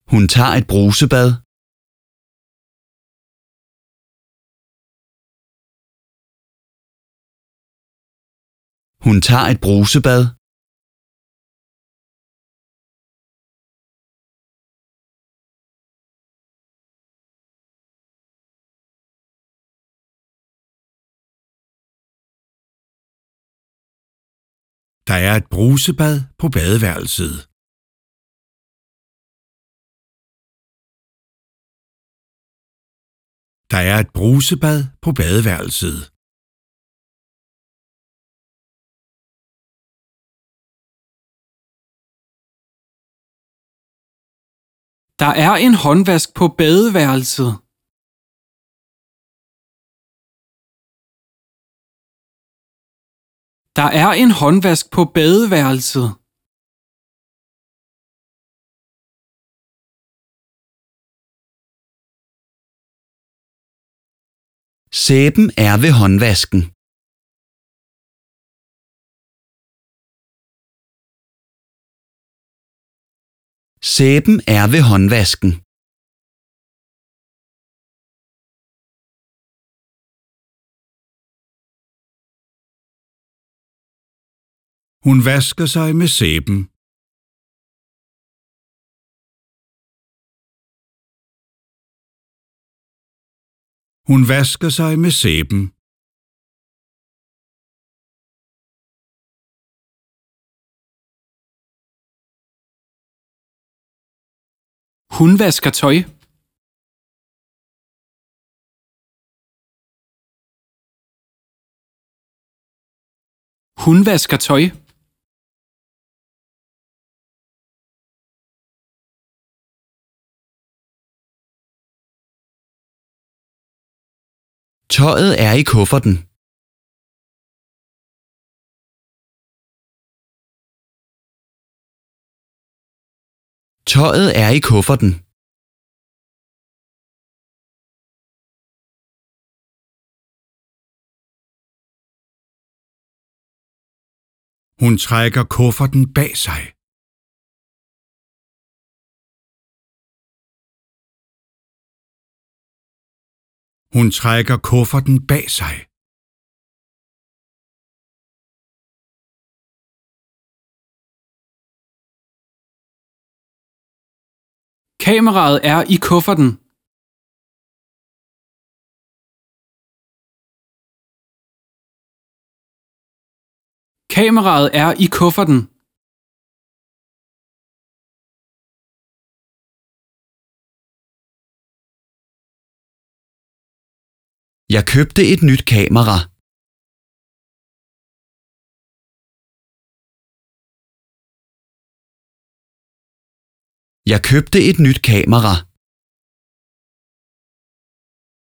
Hun tager et brusebad. Hun tager et brusebad. Der er et brusebad på badeværelset. Der er et brusebad på badeværelset. Der er en håndvask på badeværelset. Der er en håndvask på badeværelset. Sæben er ved håndvasken. Sæben er ved håndvasken. Hun vasker sig med sæben. Hun vasker sig med sæben. Hun vasker tøj. Hun vasker tøj. Tøjet er i kufferten. Tøjet er i kufferten. Hun trækker kufferten bag sig. Hun trækker kufferten bag sig. Kameraet er i kufferten. Kameraet er i kufferten. Jeg købte et nyt kamera. Jeg købte et nyt kamera.